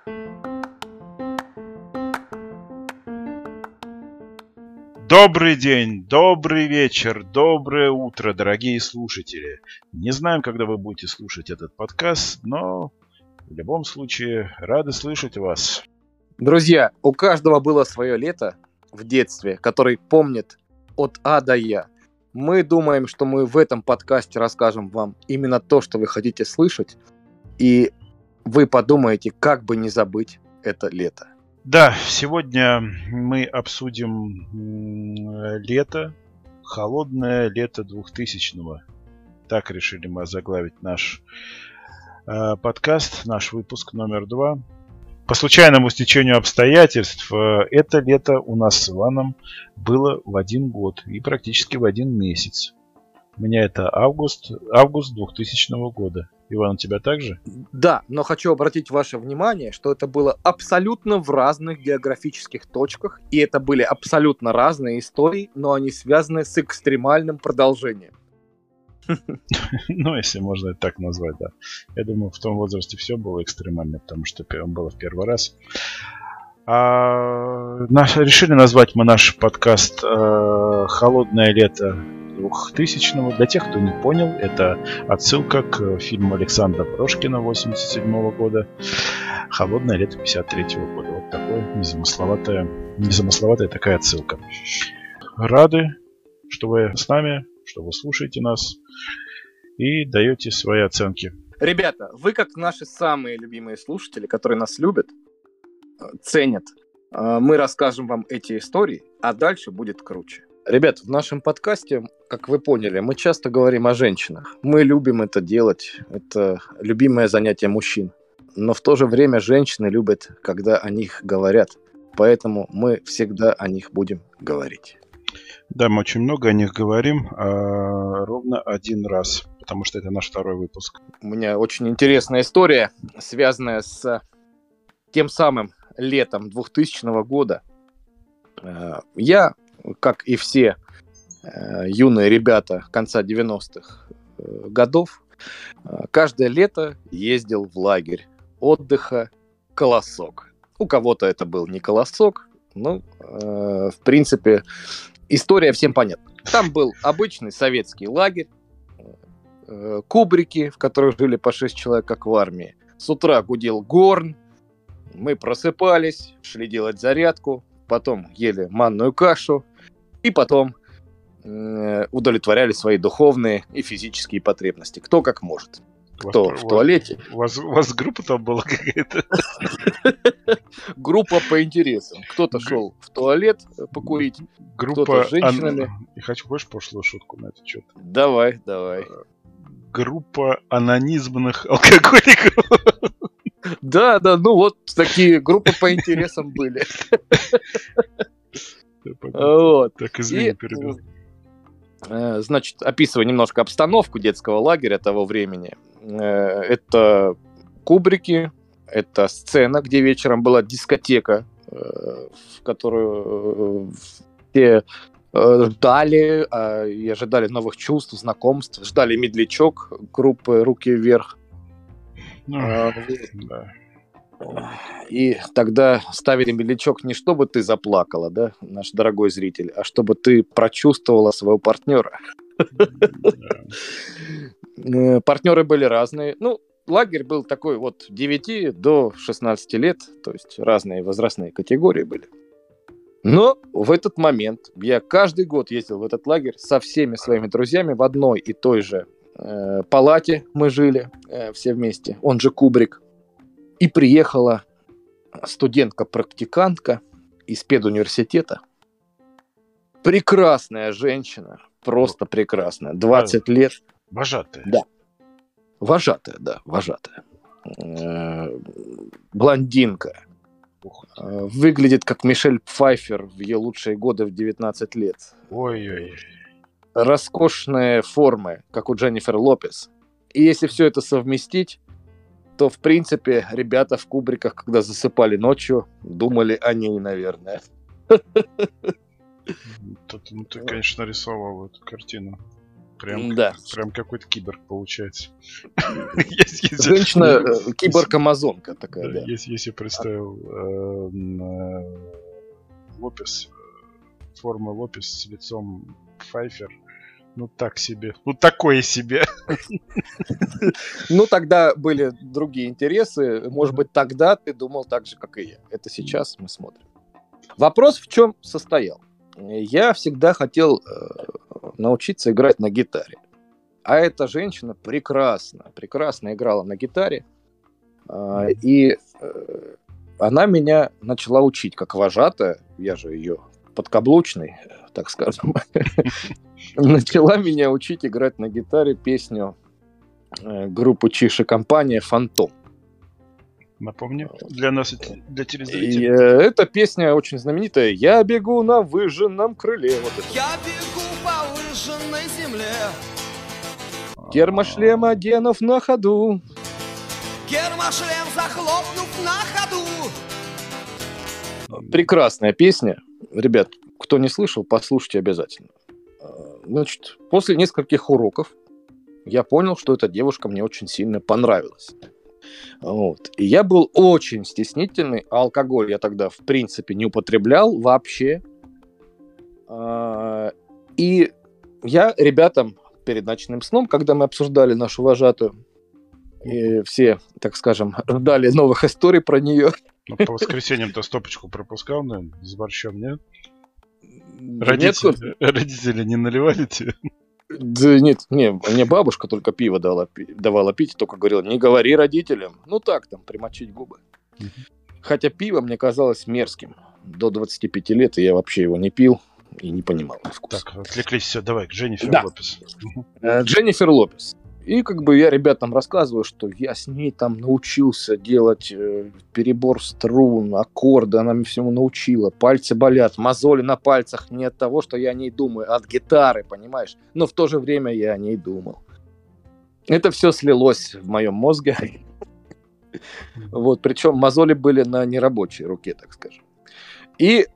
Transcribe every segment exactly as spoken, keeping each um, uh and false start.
Добрый день, добрый вечер, доброе утро, дорогие слушатели. Не знаем, когда вы будете слушать этот подкаст, но в любом случае рады слышать вас. Друзья, у каждого было свое лето в детстве, который помнит от А до Я. Мы думаем, что мы в этом подкасте расскажем вам именно то, что вы хотите слышать, и вы подумаете, как бы не забыть это лето. Да, сегодня мы обсудим лето, холодное лето двухтысячного. Так решили мы озаглавить наш э, подкаст, наш выпуск номер два. По случайному стечению обстоятельств, э, это лето у нас с Иваном было в один год и практически в один месяц. У меня это август, август двухтысячного года. Иван, у тебя также? Да, но хочу обратить ваше внимание, что это было абсолютно в разных географических точках, и это были абсолютно разные истории, но они связаны с экстремальным продолжением. Ну, если можно это так назвать, да. Я думаю, в том возрасте все было экстремально, потому что было в первый раз. А, наш, решили назвать мы наш подкаст э, «Холодное лето двухтысячного». Для тех, кто не понял, это отсылка к фильму Александра Прошкина восемьдесят седьмого года «Холодное лето пятьдесят третьего года». Вот такая незамысловатая, незамысловатая такая отсылка. Рады, что вы с нами, что вы слушаете нас и даете свои оценки. Ребята, вы как наши самые любимые слушатели, которые нас любят, ценят, мы расскажем вам эти истории, а дальше будет круче. Ребят, в нашем подкасте, как вы поняли, мы часто говорим о женщинах. Мы любим это делать, это любимое занятие мужчин. Но в то же время женщины любят, когда о них говорят. Поэтому мы всегда о них будем говорить. Да, мы очень много о них говорим, а ровно один раз, потому что это наш второй выпуск. У меня очень интересная история, связанная с тем самым летом двухтысячного года. Я, как и все юные ребята конца девяностых годов, каждое лето ездил в лагерь отдыха «Колосок». У кого-то это был не «Колосок», но, в принципе, история всем понятна. Там был обычный советский лагерь, кубрики, в которых жили по шесть человек, как в армии. С утра гудел горн, мы просыпались, шли делать зарядку, потом ели манную кашу, и потом э, удовлетворяли свои духовные и физические потребности. Кто как может. Кто вас, в туалете. У вас, у вас группа там была какая-то? Группа по интересам. Кто-то шел в туалет покурить, кто-то с женщинами. Я хочу, хочешь пошлую шутку на этот счет? Давай, давай. Группа анонизмных алкоголиков. Да, да, ну вот такие группы по интересам были. Вот. Так, извини, перебил. Значит, описываю немножко обстановку детского лагеря того времени. Это кубрики, это сцена, где вечером была дискотека, в которую все ждали и ожидали новых чувств, знакомств, ждали медлячок группы «Руки вверх». Ну, а, да. И тогда ставили медлячок не чтобы ты заплакала, да, наш дорогой зритель, а чтобы ты прочувствовала своего партнера. Да. Партнеры были разные. Ну, лагерь был такой вот с девяти до шестнадцати лет, то есть разные возрастные категории были. Но в этот момент я каждый год ездил в этот лагерь со всеми своими друзьями в одной и той же э, палате мы жили э, все вместе, он же кубрик. И приехала студентка-практикантка из педуниверситета. Прекрасная женщина, просто прекрасная, двадцать лет. Вожатая. Да. Вожатая, да, вожатая. Блондинка. Выглядит как Мишель Пфайффер в ее лучшие годы в девятнадцать лет. Ой-ой. Роскошные формы, как у Дженнифер Лопес. И если все это совместить, то, в принципе, ребята в кубриках, когда засыпали ночью, думали о ней, наверное. Тут, ну, ты, конечно, рисовал эту картину. Прям, Да. прям какой-то киборг получается. Женщина-киборг-амазонка такая, да. Если представил Лопес, форма Лопес с лицом Пфайфер, ну так себе, ну такое себе. Ну тогда были другие интересы, может быть тогда ты думал так же, как и я. Это сейчас мы смотрим. Вопрос в чем состоял? Я всегда хотел научиться играть на гитаре. А эта женщина прекрасно, прекрасно играла на гитаре. И она меня начала учить как вожатая. Я же ее подкаблучный, так скажем. Начала меня учить играть на гитаре песню группы Чиж и компания «Фантом». Напомню, для нас, для телезрителей. И, э, эта песня очень знаменитая. «Я бегу на выжженном крыле». Вот это. Я бегу по выжженной земле. Термошлем оденув на ходу. Гермошлем захлопнув на ходу. Прекрасная песня. Ребят, кто не слышал, послушайте обязательно. Значит, после нескольких уроков я понял, что эта девушка мне очень сильно понравилась. Вот. И я был очень стеснительный. А алкоголь я тогда, в принципе, не употреблял вообще. И я ребятам перед ночным сном, когда мы обсуждали нашу вожатую, и все, так скажем, ждали новых историй про нее. Ну, по воскресеньям-то стопочку пропускал, наверное, с борщом, нет? Да Родители, нет, родители не наливали тебе? Да нет, не, мне бабушка только пиво дала, давала пить, только говорила, не говори родителям. Ну так, там, примочить губы. Uh-huh. Хотя пиво мне казалось мерзким. До двадцати пяти лет я вообще его не пил и не понимал вкус. Так, отвлеклись, все, давай, к Дженнифер да. Лопес. Uh-huh. Дженнифер Лопес. И как бы я ребятам рассказываю, что я с ней там научился делать э, перебор струн, аккорды, она мне всему научила. Пальцы болят, мозоли на пальцах не от того, что я о ней думаю, а от гитары, понимаешь? Но в то же время я о ней думал. Это все слилось в моем мозге. Вот, причем мозоли были на нерабочей руке, так скажем. И,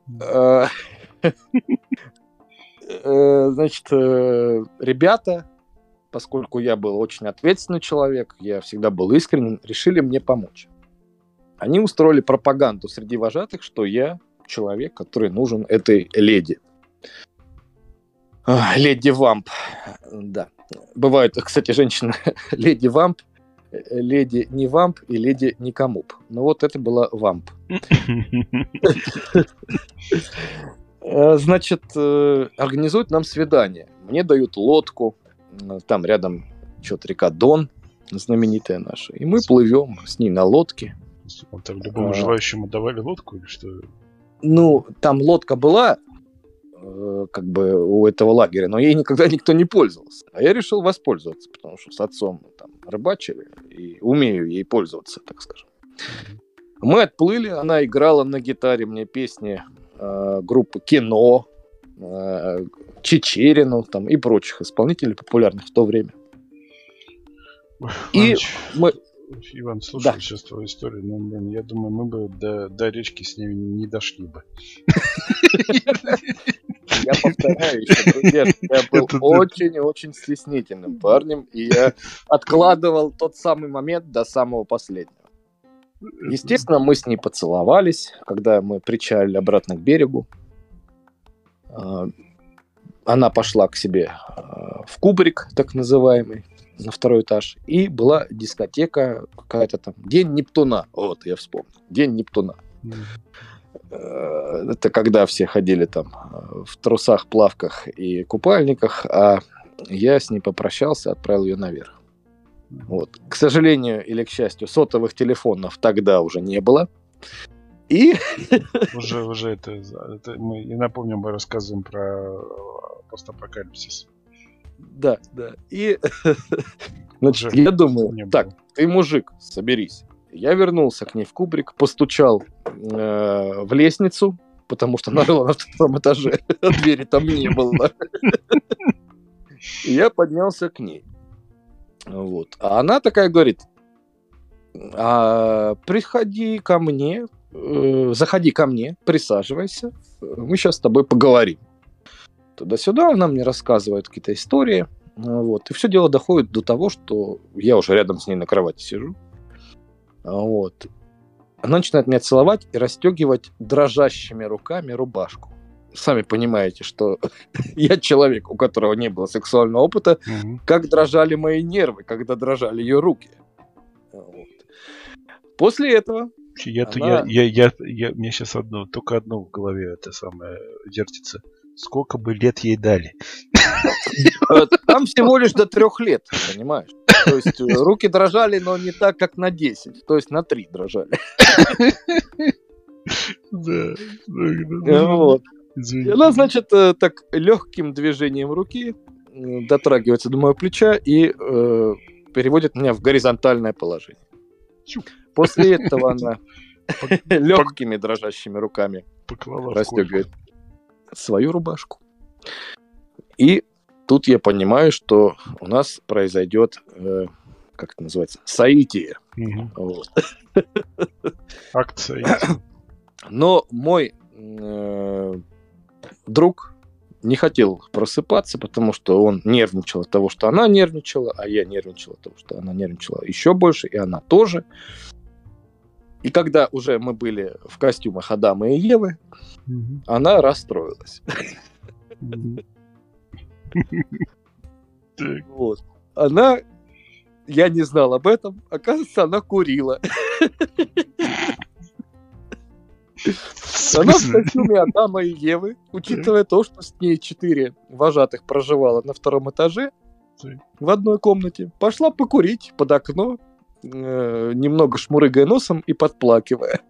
значит, ребята... Поскольку я был очень ответственный человек, я всегда был искренен, решили мне помочь. Они устроили пропаганду среди вожатых, что я человек, который нужен этой леди. Леди Вамп. Да. Бывают, кстати, женщины леди Вамп, леди не Вамп и леди не Камуп. Но вот это была Вамп. Значит, организуют нам свидание. Мне дают лодку. Там рядом что-то река Дон, знаменитая наша. И мы плывем с ней на лодке. Там любому а... желающему давали лодку или что? Ну, там лодка была, э, как бы у этого лагеря, но ей никогда никто не пользовался. А я решил воспользоваться, потому что с отцом там рыбачили и умею ей пользоваться, так скажем. Mm-hmm. Мы отплыли, она играла на гитаре мне песни э, группы «Кино», Чечерину там, и прочих исполнителей популярных в то время. Ой, и Иваныч, мы... Иван, слушай да. сейчас твою историю, но, блин, я думаю, мы бы до, до речки с ней не дошли бы. Я повторяю еще, друзья, я был очень-очень стеснительным парнем, и я откладывал тот самый момент до самого последнего. Естественно, мы с ней поцеловались, когда мы причалили обратно к берегу. Она пошла к себе в кубрик, так называемый, на второй этаж. И была дискотека какая-то там. День Нептуна. Вот, я вспомнил. День Нептуна. Mm. Это когда все ходили там в трусах, плавках и купальниках, а я с ней попрощался, отправил ее наверх. Вот. К сожалению или к счастью, сотовых телефонов тогда уже не было. И уже, уже это, это мы, и напомню, мы рассказываем про постапокалипсис. Да, да. И значит, я думаю, так, ты мужик, соберись. Я вернулся к ней в кубрик, постучал э, в лестницу, потому что она жила на втором этаже, а двери там не было. И я поднялся к ней. Вот. А она такая говорит, а, приходи ко мне, э, заходи ко мне, присаживайся, мы сейчас с тобой поговорим. Туда-сюда она мне рассказывает какие-то истории. Вот. И все дело доходит до того, что я уже рядом с ней на кровати сижу. Вот. Она начинает меня целовать и расстегивать дрожащими руками рубашку. Сами понимаете, что я человек, у которого не было сексуального опыта, угу. Как дрожали мои нервы, когда дрожали ее руки. Вот. После этого я, она... я, я, я, я, мне сейчас одно, только одно в голове это самое вертится. Сколько бы лет ей дали? Там всего лишь до трех лет, понимаешь? То есть руки дрожали, но не так, как на десять. То есть на три дрожали. Да. Вот. И она, значит, так легким движением руки дотрагивается до моего плеча и э, переводит меня в горизонтальное положение. После этого она легкими дрожащими руками расстегивает свою рубашку. И тут я понимаю, что у нас произойдет, э, как это называется, соитие. Угу. Вот. Акт соития. Но мой э, друг не хотел просыпаться, потому что он нервничал от того, что она нервничала, а я нервничал от того, что она нервничала еще больше, и она тоже. И когда уже мы были в костюмах Адама и Евы, mm-hmm. она расстроилась. Mm-hmm. Вот. Она, я не знал об этом, оказывается, она курила. Она в костюме Адама и Евы, учитывая то, что с ней четыре вожатых проживало на втором этаже в одной комнате, пошла покурить под окно, э, немного шмурыгая носом и подплакивая.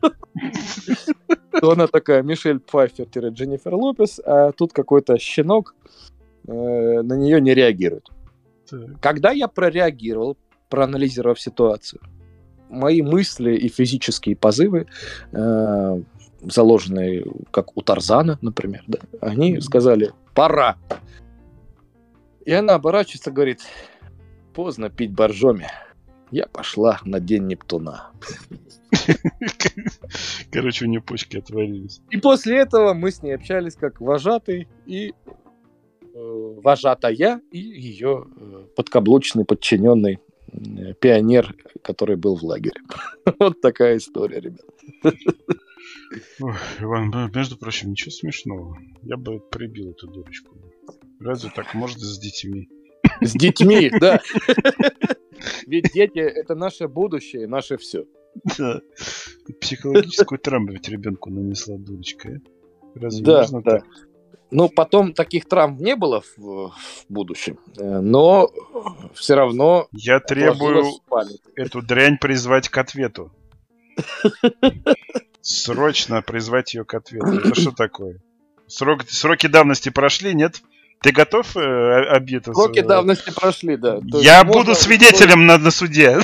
Она такая Мишель Пфайффер-Дженнифер Лопес, а тут какой-то щенок на нее не реагирует. Когда я прореагировал, проанализировав ситуацию, мои мысли и физические позывы, э, заложенные как у Тарзана, например, да, они сказали «пора». И она оборачивается и говорит: «Поздно пить боржоми. Я пошла на день Нептуна». Короче, у нее почки отвалились. И после этого мы с ней общались как вожатый и э, вожатая и ее э, подкаблучный подчиненный э, пионер, который был в лагере. Вот такая история, ребят. Ой, Иван, между прочим, ничего смешного. Я бы прибил эту дурочку. Разве так можно с детьми? С детьми, да. Ведь дети — это наше будущее, наше все. Да. Психологическую травму ведь ребенку нанесла дурочка. Разве да, можно да. так? Ну, потом таких травм не было в, в будущем, но все равно... Я требую эту дрянь призвать к ответу. Срочно призвать ее к ответу. Это что такое? Срок, сроки давности прошли, нет? Ты готов э, объедаться? Сроки давности прошли, да. То я буду свидетелем на, на суде.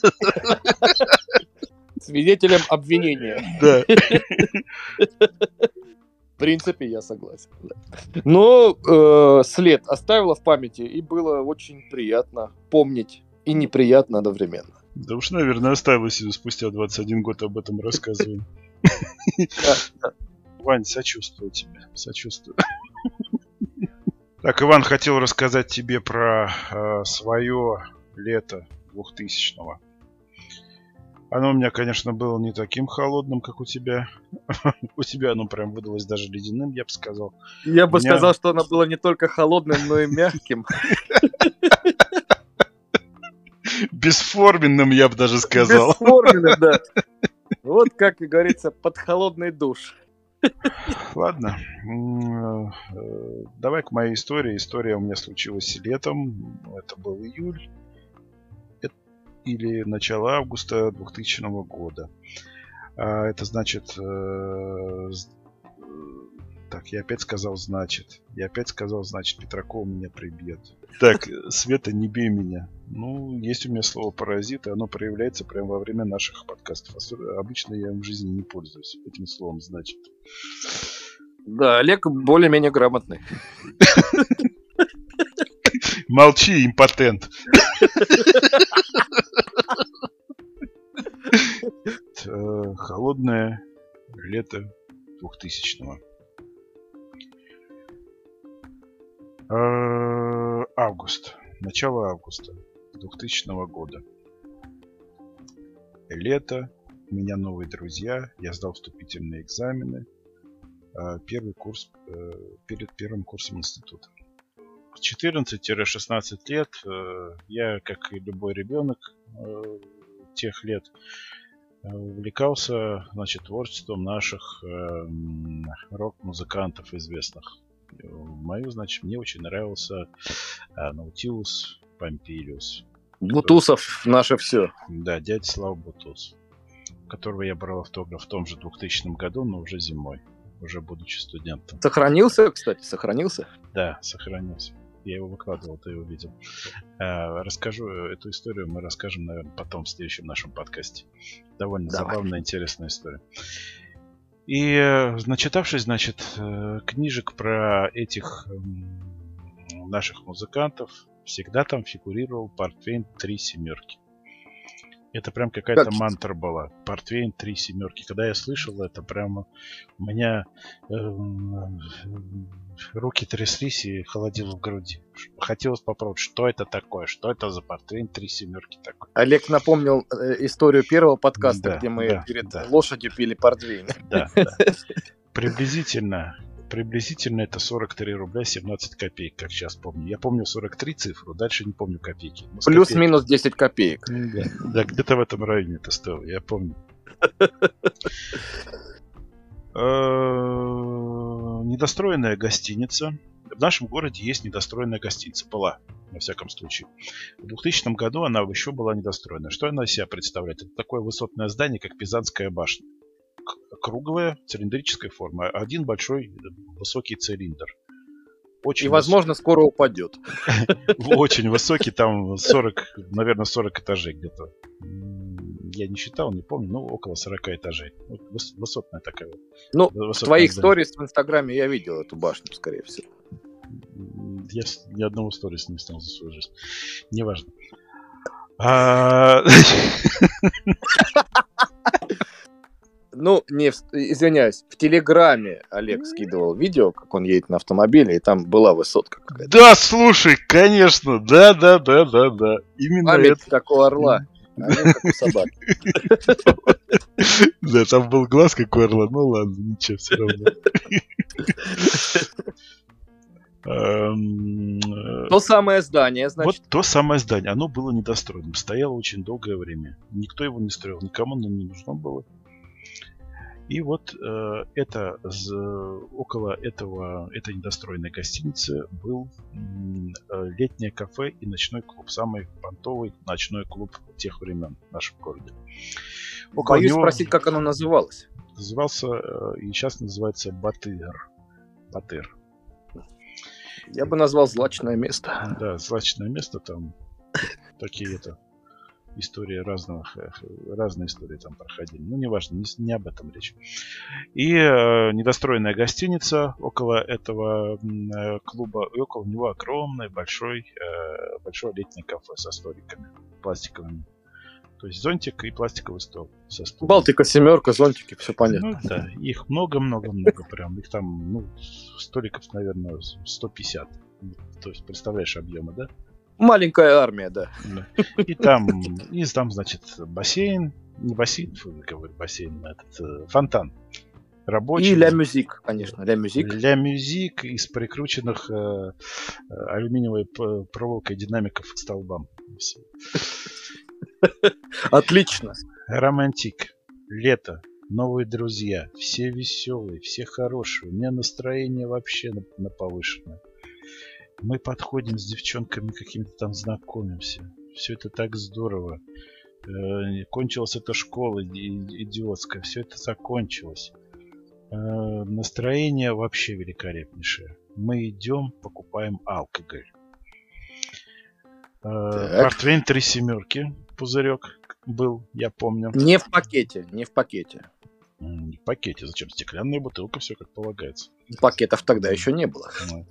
Свидетелем обвинения. Да. В принципе, я согласен. Но э, след оставила в памяти, и было очень приятно помнить, и неприятно одновременно. Да уж, наверное, оставилось спустя двадцать один год об этом рассказываем. Вань, сочувствую тебе, сочувствую. Так, Иван хотел рассказать тебе про э, свое лето двухтысячного. Оно у меня, конечно, было не таким холодным, как у тебя. У тебя оно прям выдалось даже ледяным, я бы сказал. Я бы сказал, что оно было не только холодным, но и мягким. Бесформенным, я бы даже сказал. Бесформенным, да. Вот, как и говорится, под холодный душ. Ладно. Давай к моей истории. История у меня случилась летом. Это был июль. Или начало августа двухтысячного года. Это значит... Так, я опять сказал «значит». Я опять сказал «значит». Петракова меня прибьет. Так, Света, не бей меня. Ну, есть у меня слово «паразит», и оно проявляется прямо во время наших подкастов. Обычно я им в жизни не пользуюсь этим словом «значит». Да, Олег более-менее грамотный. Молчи, импотент. Холодное лето двухтысячного. Август. Начало августа двухтысячного года. Лето. У меня новые друзья. Я сдал вступительные экзамены. Первый курс перед первым курсом института. В четырнадцать-шестнадцать лет я, как и любой ребенок тех лет, увлекался, значит, творчеством наших рок-музыкантов известных. Мою, значит, мне очень нравился Наутилус Помпилиус. Бутусов наше все. Да, дядя Слава Бутус, которого я брал автограф в том же двухтысячном году, но уже зимой, уже будучи студентом. Сохранился, кстати, сохранился? Да, сохранился. Я его выкладывал, ты его видел. Расскажу эту историю, мы расскажем, наверное, потом в следующем нашем подкасте. Довольно Давай. забавная, интересная история. И, начитавшись, значит, книжек про этих наших музыкантов, всегда там фигурировал портвейн «Три семерки». Это прям какая-то как? мантра была. Портвейн «Три семерки». Когда я слышал это, прямо у меня э, руки тряслись и холодило в груди. Хотелось попробовать, что это такое, что это за портвейн «Три семерки» такой. Олег напомнил э, историю первого подкаста, да, где мы да, перед да. лошадью пили портвейн. Да, да. Приблизительно. Приблизительно это сорок три рубля семнадцать копеек, как сейчас помню. Я помню сорок три цифру, дальше не помню копейки. Плюс-минус десять копеек. Да, да, где-то в этом районе это стоило, я помню. Недостроенная гостиница. В нашем городе есть недостроенная гостиница. Была, во всяком случае. В двухтысячном году она еще была недостроена. Что она из себя представляет? Это такое высотное здание, как Пизанская башня. Круглая, цилиндрическая форма. Один большой высокий цилиндр. Очень И, возможно, выс... скоро упадет. Очень высокий, там сорок, наверное, сорок этажей где-то. Я не считал, не помню, но около сорок этажей. Высотная такая. Ну, в твоих сторис в Инстаграме я видел эту башню, скорее всего. Я ни одного сторис не снял за свою жизнь. Неважно. Ну, не, извиняюсь, в Телеграме Олег скидывал видео, как он едет на автомобиле, и там была высотка какая-то. Да, слушай, конечно, да, да, да, да, да. Именно Память это. как у орла, а не как у собаки. Да, там был глаз как у орла, ну ладно, ничего, все равно. То самое здание, значит. Вот то самое здание, оно было недостроенным, стояло очень долгое время. Никто его не строил, никому оно не нужно было. И вот э, это, около этого, этой недостроенной гостиницы был э, летнее кафе и ночной клуб. Самый понтовый ночной клуб тех времен в нашем городе. Около Боюсь него спросить, как оно называлось. Назывался, э, и сейчас называется Батыр. Батыр. Я бы назвал злачное место. Да, злачное место, там такие-то истории разных, разные истории там проходили. Ну, неважно, не, не об этом речь. И э, недостроенная гостиница около этого э, клуба, и около него огромный большой, э, большое летнее кафе со столиками пластиковыми. То есть зонтик и пластиковый стол со столом. Балтика, семерка, зонтики, все понятно. Ну, да, их много-много-много прям. Их там, ну, столиков, наверное, сто пятьдесят. То есть, представляешь, объемы, да? Маленькая армия, да. И там, и там, значит, бассейн, не бассейн, говорю, бассейн, этот фонтан рабочий. И ля мюзик, конечно, ля мюзик. Ля мюзик из прикрученных э, алюминиевой проволокой динамиков к столбам. Отлично. Романтик. Лето. Новые друзья. Все веселые, все хорошие. У меня настроение вообще на, на повышенное. Мы подходим с девчонками какими-то там знакомимся. Все это так здорово. Э, кончилась эта школа идиотская. Все это закончилось. Э, настроение вообще великолепнейшее. Мы идем, покупаем алкоголь. Э, портвейн «Три семерки». Пузырек был, я помню. Не в пакете, не в пакете. Не в пакете. Зачем? Стеклянная бутылка, все как полагается. Пакетов тогда еще не было. Ну.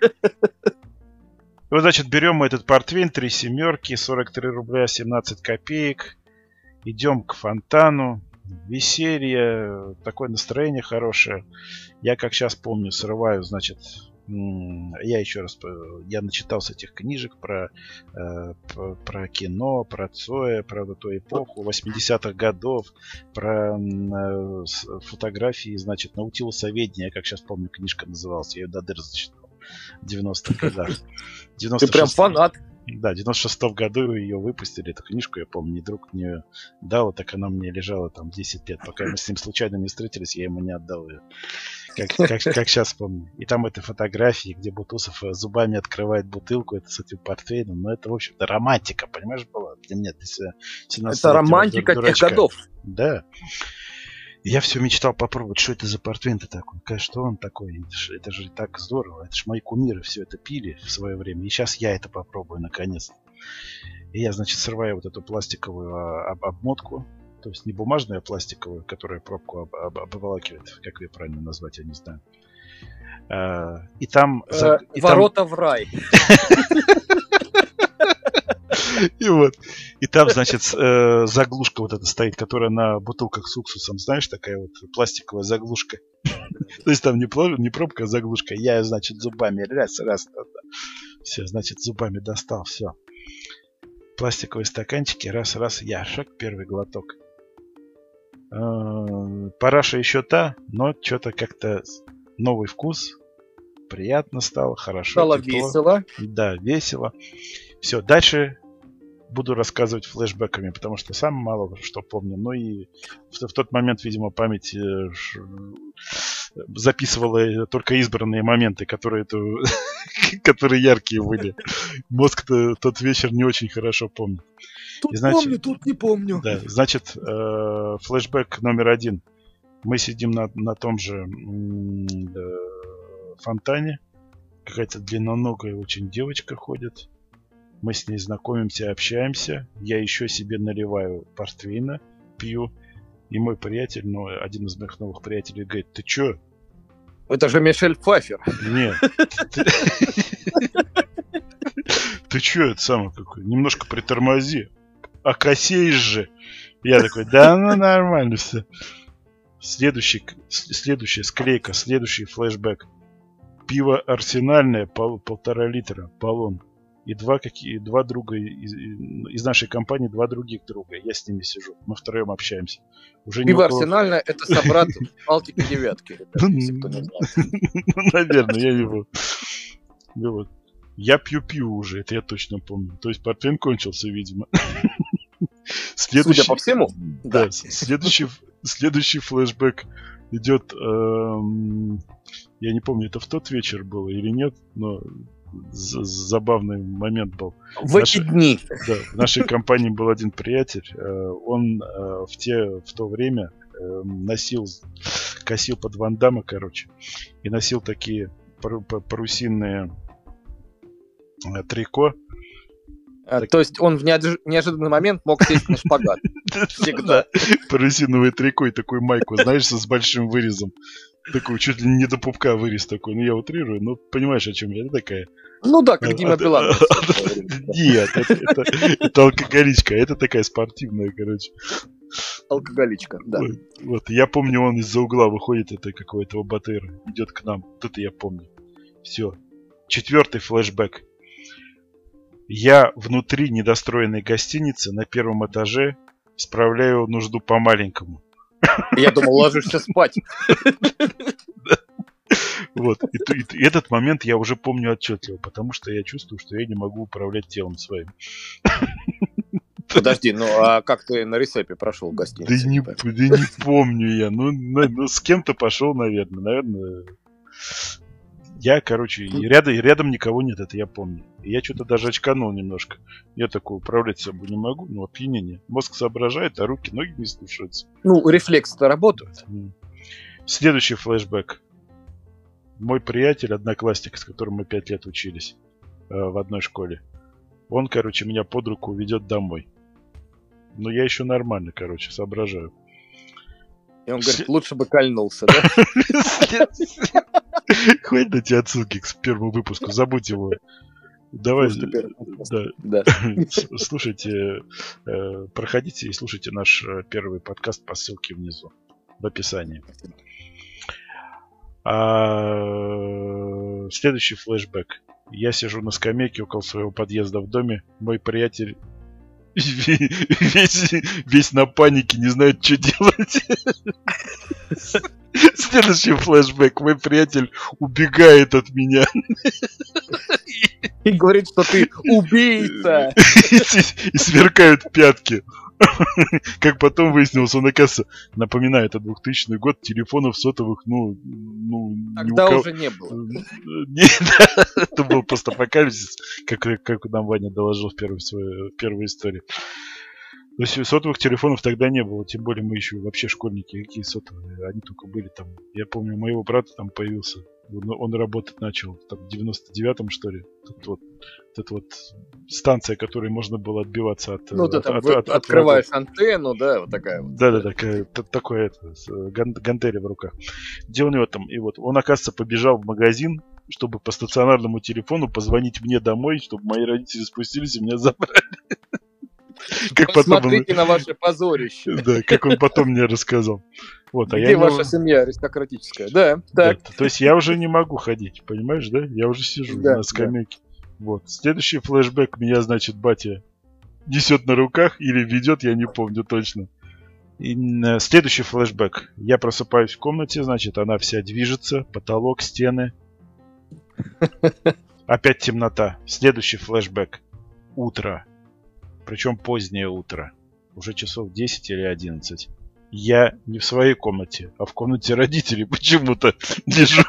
Вот, значит, берем мы этот портвейн, три семерки, сорок три рубля семнадцать копеек. Идем к фонтану. Веселье, такое настроение хорошее. Я, как сейчас помню, срываю, значит, Я еще раз, я начитался этих книжек про, про, про кино, про Цоя, про ту эпоху восьмидесятых годов, про фотографии, значит, наутилусоведение, как сейчас помню, книжка называлась, я ее до дыр зачитал в девяностых годах. Ты прям фанат. Да, в девяносто шестом году ее выпустили, эту книжку, я помню, ни друг мне дал, так она мне лежала там десять лет, пока мы с ним случайно не встретились, я ему не отдал ее, как, как, как сейчас помню. И там этой фотографии, где Бутусов зубами открывает бутылку, это с этим портфелем, но это, в общем-то, романтика, понимаешь, была для меня. Это романтика тех годов. Да. Я все мечтал попробовать, что это за портвейн-то такой. Что он такой? Это же, это же так здорово. Это же мои кумиры все это пили в свое время. И сейчас я это попробую наконец. И я, значит, срываю вот эту пластиковую об обмотку. То есть не бумажную, а пластиковую, которая пробку об об обволакивает. Как ее правильно назвать, я не знаю. А, и там... Э, за, и ворота там... в рай. И вот. И там, значит, э, заглушка вот эта стоит, которая на бутылках с уксусом, знаешь, такая вот пластиковая заглушка. То есть там не, не пробка, а заглушка. Я, значит, зубами раз, раз, все, значит, зубами достал, все. Пластиковые стаканчики, раз, раз, я шаг, первый глоток. Параша еще та, но что-то как-то новый вкус. Приятно стало, хорошо. Стало тепло. Весело. Да, весело. Все, дальше буду рассказывать флешбэками, потому что сам мало что помню. Ну и в, в тот момент, видимо, память э, ш, записывала только избранные моменты, которые, которые яркие были. Мозг-то тот вечер не очень хорошо помнит. Тут и, значит, помню, тут не помню. Да, значит, э, флешбэк номер один. Мы сидим на, на том же э, фонтане. Какая-то длинноногая очень девочка ходит. Мы с ней знакомимся, общаемся. Я еще себе наливаю портвейна, пью. И мой приятель, ну, один из моих новых приятелей, говорит: ты чё? Это же Мишель Пфайфер. Нет. Ты чё, это самое какое? Немножко притормози. А косеешь же. Я такой: да ну нормально все. Следующий, следующая склейка, следующий флешбэк. Пиво арсенальное, пол, полтора литра, баллон. И два, какие, два друга из, из нашей компании, два других друга. Я с ними сижу. Мы втроем общаемся. Уже Пиво около... арсенальное — это собрат Балтики девятки. Если кто не знает. Ну, наверное, я его... Я пью пиво уже, это я точно помню. То есть портвейн кончился, видимо. Судя по всему. Да, следующий, следующий флешбэк идет... Эм, я не помню, это в тот вечер было или нет, но забавный момент был. В эти дни. Да, в нашей компании был один приятель. Э, он э, в, те, в то время э, носил, косил под Ван Дамма, короче, и носил такие пару, парусинные э, трико. А, так... То есть он в неожиданный момент мог сесть на шпагат. Всегда. Парусиновое трико и такую майку, знаешь, с большим вырезом. Такой, чуть ли не до пупка вырез такой. Ну, я утрирую, но понимаешь, о чем я. Это такая... Ну да, как Дима Билан. Нет, это алкоголичка. Это такая спортивная, короче. Алкоголичка, да. Вот, я помню, он из-за угла выходит, это какой-то батыр, идет к нам. Это я помню. Все. Четвертый флешбэк. Я внутри недостроенной гостиницы на первом этаже справляю нужду по-маленькому. Я думал, ложишься спать. Вот. И, и, и этот момент я уже помню отчетливо, потому что я чувствую, что я не могу управлять телом своим. Подожди, ну а как ты на ресепе прошел в гостиницу? Да не, да не помню я. Ну, ну, с кем-то пошел, наверное. Наверное. Я, короче, и рядом, и рядом никого нет, это я помню. И я что-то даже очканул немножко. Я такой управлять собой не могу, ну, опьянение. Мозг соображает, а руки, ноги не слушаются. Ну, рефлексы-то работают. Следующий флешбэк. Мой приятель, одноклассник, с которым мы пять лет учились э, в одной школе. Он, короче, меня под руку ведет домой. Но я еще нормально, короче, соображаю. И он говорит, лучше бы кольнулся, да? Хватит эти отсылки к первому выпуску, забудь его. Давай, да. Слушайте, проходите и слушайте наш первый подкаст по ссылке внизу, в описании. А следующий флешбэк. Я сижу на скамейке около своего подъезда в доме. Мой приятель весь, весь на панике, не знает, что делать. Следующий флешбэк. Мой приятель убегает от меня. И говорит, что ты убийца. И сверкают пятки. Как потом выяснилось, он, оказывается, напоминаю, это двухтысячный год, телефонов сотовых, ну... ну Тогда кого... уже не было. Не, да, это был постапокалипсис, как, как нам Ваня доложил в первой, своей, в первой истории. То есть сотовых телефонов тогда не было, тем более мы еще вообще школьники, какие сотовые, они только были там. Я помню, у моего брата там появился, он, он работать начал там, в девяносто девятом, что ли. Тут вот, это вот станция, которой можно было отбиваться от... Ну, ты от, там от, от, от, открываешь от, антенну, да, вот такая вот. Да-да-да, такое это, ган, гантели в руках. Где у него там, и вот, он, оказывается, побежал в магазин, чтобы по стационарному телефону позвонить мне домой, чтобы мои родители спустились и меня забрали. Как Посмотрите потом... на ваше позорище. Да, как он потом мне рассказал. Вот, а Где я ваша не... семья аристократическая? Да, так. Да, то есть я уже не могу ходить, понимаешь, да? Я уже сижу да, на скамейке. Да. Вот. Следующий флешбэк меня, значит, батя несет на руках или ведет, я не помню точно. И следующий флешбэк. Я просыпаюсь в комнате, значит, она вся движется, потолок, стены. Опять темнота. Следующий флешбэк. Утро. Причем позднее утро. Уже часов десять или одиннадцать. Я не в своей комнате, а в комнате родителей почему-то лежу.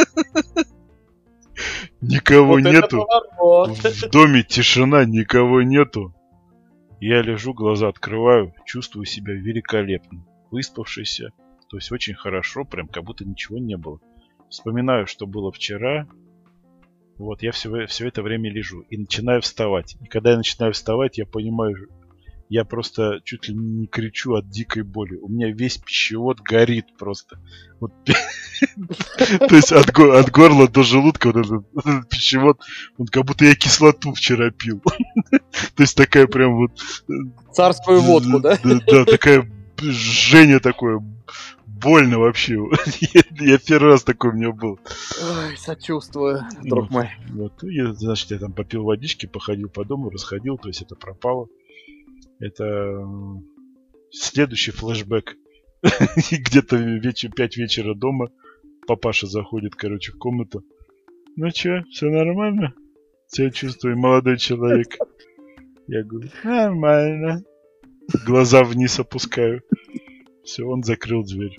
Никого нету. В доме тишина, никого нету. Я лежу, глаза открываю, чувствую себя великолепно. Выспавшийся. То есть очень хорошо, прям как будто ничего не было. Вспоминаю, что было вчера. Вот, я все, все это время лежу и начинаю вставать. И когда я начинаю вставать, я понимаю, я просто чуть ли не кричу от дикой боли. У меня весь пищевод горит просто. Вот, то есть от, го, от горла до желудка вот этот, этот пищевод, он как будто я кислоту вчера пил. То есть такая прям вот... Царскую водку, да? Да, такая жжение такое. Больно вообще. я, я первый раз такой у меня был. Ой, сочувствую, друг вот, мой. Вот. Я, значит, я там попил водички, походил по дому, расходил, то есть это пропало. Это следующий флешбэк. Где-то вечер, пять вечера дома. Папаша заходит, короче, в комнату. Ну чё, все нормально? Себя чувствую, молодой человек. Я говорю, нормально. Глаза вниз опускаю. Все, он закрыл дверь.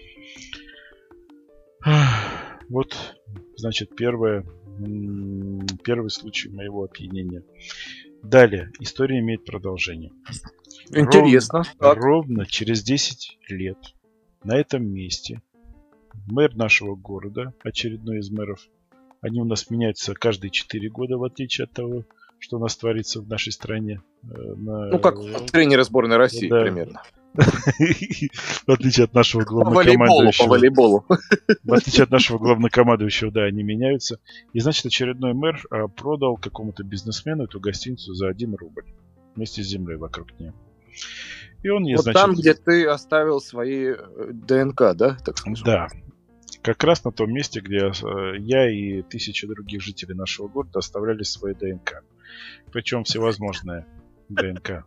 Вот, значит, первое, первый случай моего опьянения. Далее, история имеет продолжение. Интересно. Ровно, ровно через десять лет на этом месте мэр нашего города, очередной из мэров, они у нас меняются каждые четыре года, в отличие от того, что у нас творится в нашей стране. На... Ну, как тренеры сборной России, да. Примерно. В отличие от нашего главнокомандующего. По волейболу. В отличие от нашего главнокомандующего, да, они меняются. И, значит, очередной мэр а, продал какому-то бизнесмену эту гостиницу за один рубль. Вместе с землей вокруг нее. И он ей, вот значит... там, где ты оставил свои ДНК, да? Так скажем? Да. Как раз на том месте, где я и тысячи других жителей нашего города оставляли свои ДНК. Причем всевозможные ДНК.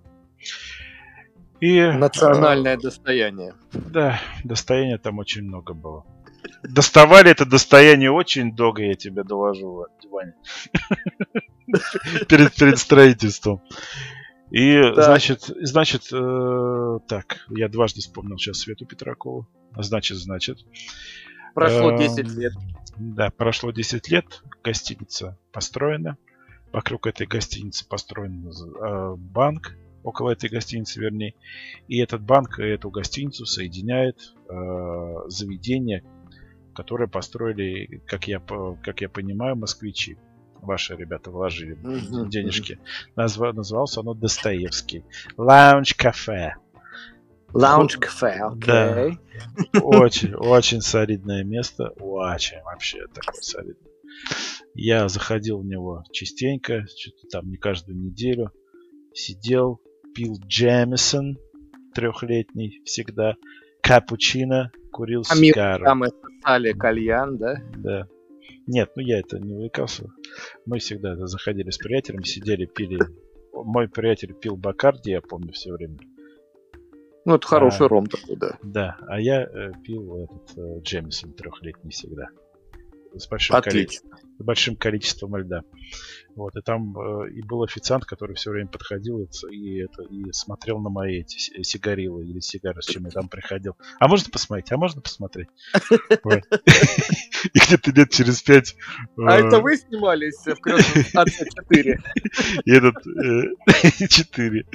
И, национальное э, достояние. Да, достояния там очень много было. Доставали это достояние очень долго, я тебе доложу, Ваня. перед, перед строительством. И, так. значит, значит э, так, я дважды вспомнил сейчас Свету Петракову. Значит, значит. Прошло э, десять лет. Да, прошло десять лет. Гостиница построена. Вокруг этой гостиницы построен э, банк. Около этой гостиницы, вернее. И этот банк и эту гостиницу соединяет э, заведение, которое построили, как я, как я понимаю, москвичи. Ваши ребята вложили mm-hmm. денежки. Назва, назывался оно Достоевский. Лаунж-кафе. Лаунж-кафе, окей. Okay. Да. Очень, очень солидное место. Очень вообще такое солидное. Я заходил в него частенько, что-то там не каждую неделю. Сидел, пил Джемисон трехлетний всегда, капучино, курил а сигару. Там мы сосали кальян, да? Да. Нет, ну я это не увлекался. Мы всегда это заходили с приятелем, сидели, пили. Мой приятель пил Бакарди, я помню, все время. Ну, это хороший а, ром такой, да. Да, а я э, пил этот э, Джемисон трехлетний всегда. С большим, Отлично. количе... с большим количеством льда. Вот, и там э, и был официант, который все время подходил и, и, это, и смотрел на мои эти сигарилы или сигары, с чем я там приходил. А можно посмотреть? А можно посмотреть? И где-то лет через пять... А это вы снимались в «Крестном отце четыре»? И этот... четыре.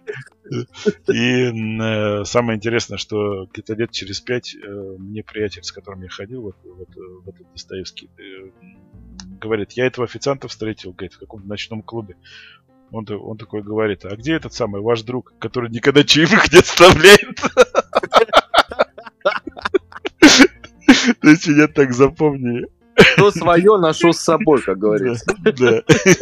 И самое интересное, что где-то лет через пять мне приятель, с которым я ходил в этот Достоевский, говорит, я этого официанта встретил, говорит, в каком-то ночном клубе. Он, он такой говорит, а где этот самый ваш друг, который никогда чаевых не оставляет? То есть меня так запомнили. Кто свое ношу с собой, как говорится. Да.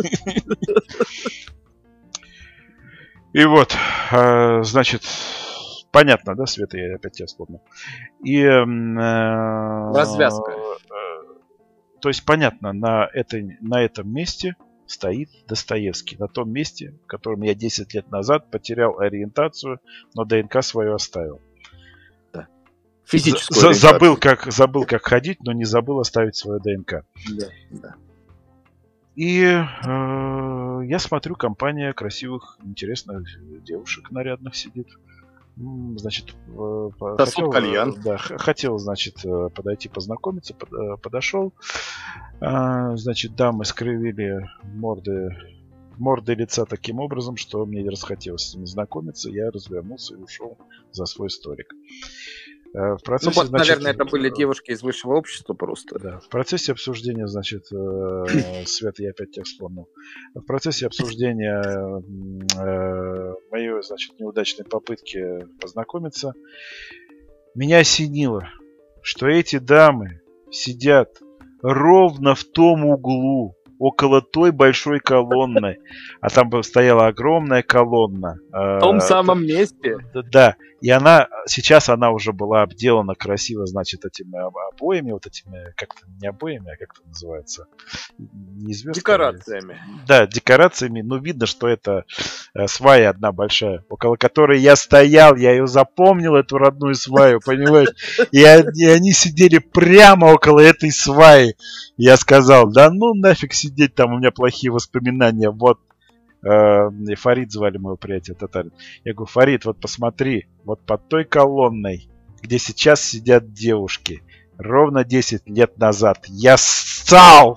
И вот, значит, понятно, да, Света, я опять тебя вспомнил. И развязка. То есть понятно, на, этой, на этом месте стоит Достоевский. На том месте, в котором я десять лет назад потерял ориентацию, но ДНК свою оставил. Да. Физическую За, забыл, как, забыл, как ходить, но не забыл оставить свою ДНК. Да, да. И э, я смотрю, компания красивых, интересных девушек нарядных сидит. Значит, хотел, кальян. Да, хотел, значит, подойти познакомиться, подошел. Значит, дамы скривили морды, морды лица таким образом, что мне не расхотелось с ними знакомиться. Я развернулся и ушел за свой столик. В процессе, ну, значит, наверное, это были девушки из высшего общества просто. Да. В процессе обсуждения, значит, э, Света, я опять тебя вспомнил. В процессе обсуждения э, моей, значит, неудачной попытки познакомиться, меня осенило, что эти дамы сидят ровно в том углу, около той большой колонны. А там стояла огромная колонна. В том самом месте? Да. И она, сейчас она уже была обделана красиво, значит, этими обоями, вот этими, как-то не обоями, а как это называется? Не звездами. Декорациями. Да, декорациями. Ну, видно, что это свая одна большая, около которой я стоял, я ее запомнил, эту родную сваю, понимаешь? И, и они сидели прямо около этой сваи. Я сказал, да ну нафиг сидеть, там у меня плохие воспоминания, вот. Э, Фарид звали моего приятеля татарин. Я говорю, Фарид, вот посмотри, вот под той колонной, где сейчас сидят девушки, ровно десять лет назад я ссал!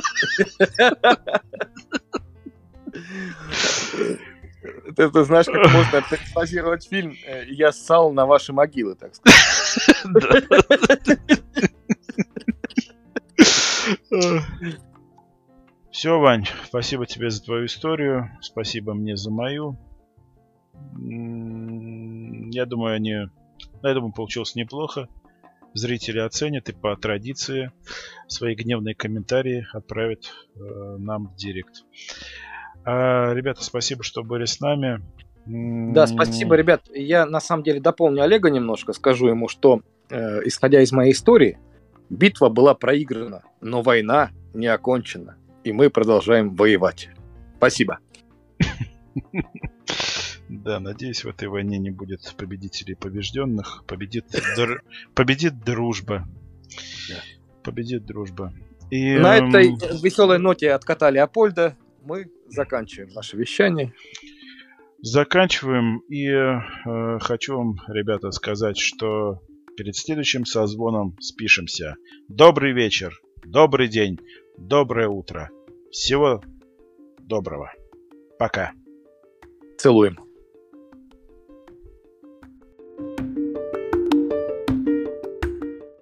Ты, ты знаешь, как можно перефразировать фильм «Я ссал на ваши могилы», так сказать. Все, Вань, спасибо тебе за твою историю, спасибо мне за мою. Я думаю, они, я думаю, получилось неплохо. Зрители оценят и по традиции свои гневные комментарии отправят э, нам в директ. А, ребята, спасибо, что были с нами. Да, спасибо, ребят. Я на самом деле дополню Олега немножко, скажу ему, что э, исходя из моей истории, битва была проиграна, но война не окончена. И мы продолжаем воевать. Спасибо. Да, надеюсь, в этой войне не будет победителей и побежденных. Победит, др... победит дружба. Да. Победит дружба. И, на этой веселой ноте от кота Леопольда мы заканчиваем наше вещание. Заканчиваем. И э, хочу вам, ребята, сказать, что перед следующим созвоном спишемся. Добрый вечер, добрый день, доброе утро. Всего доброго. Пока. Целуем.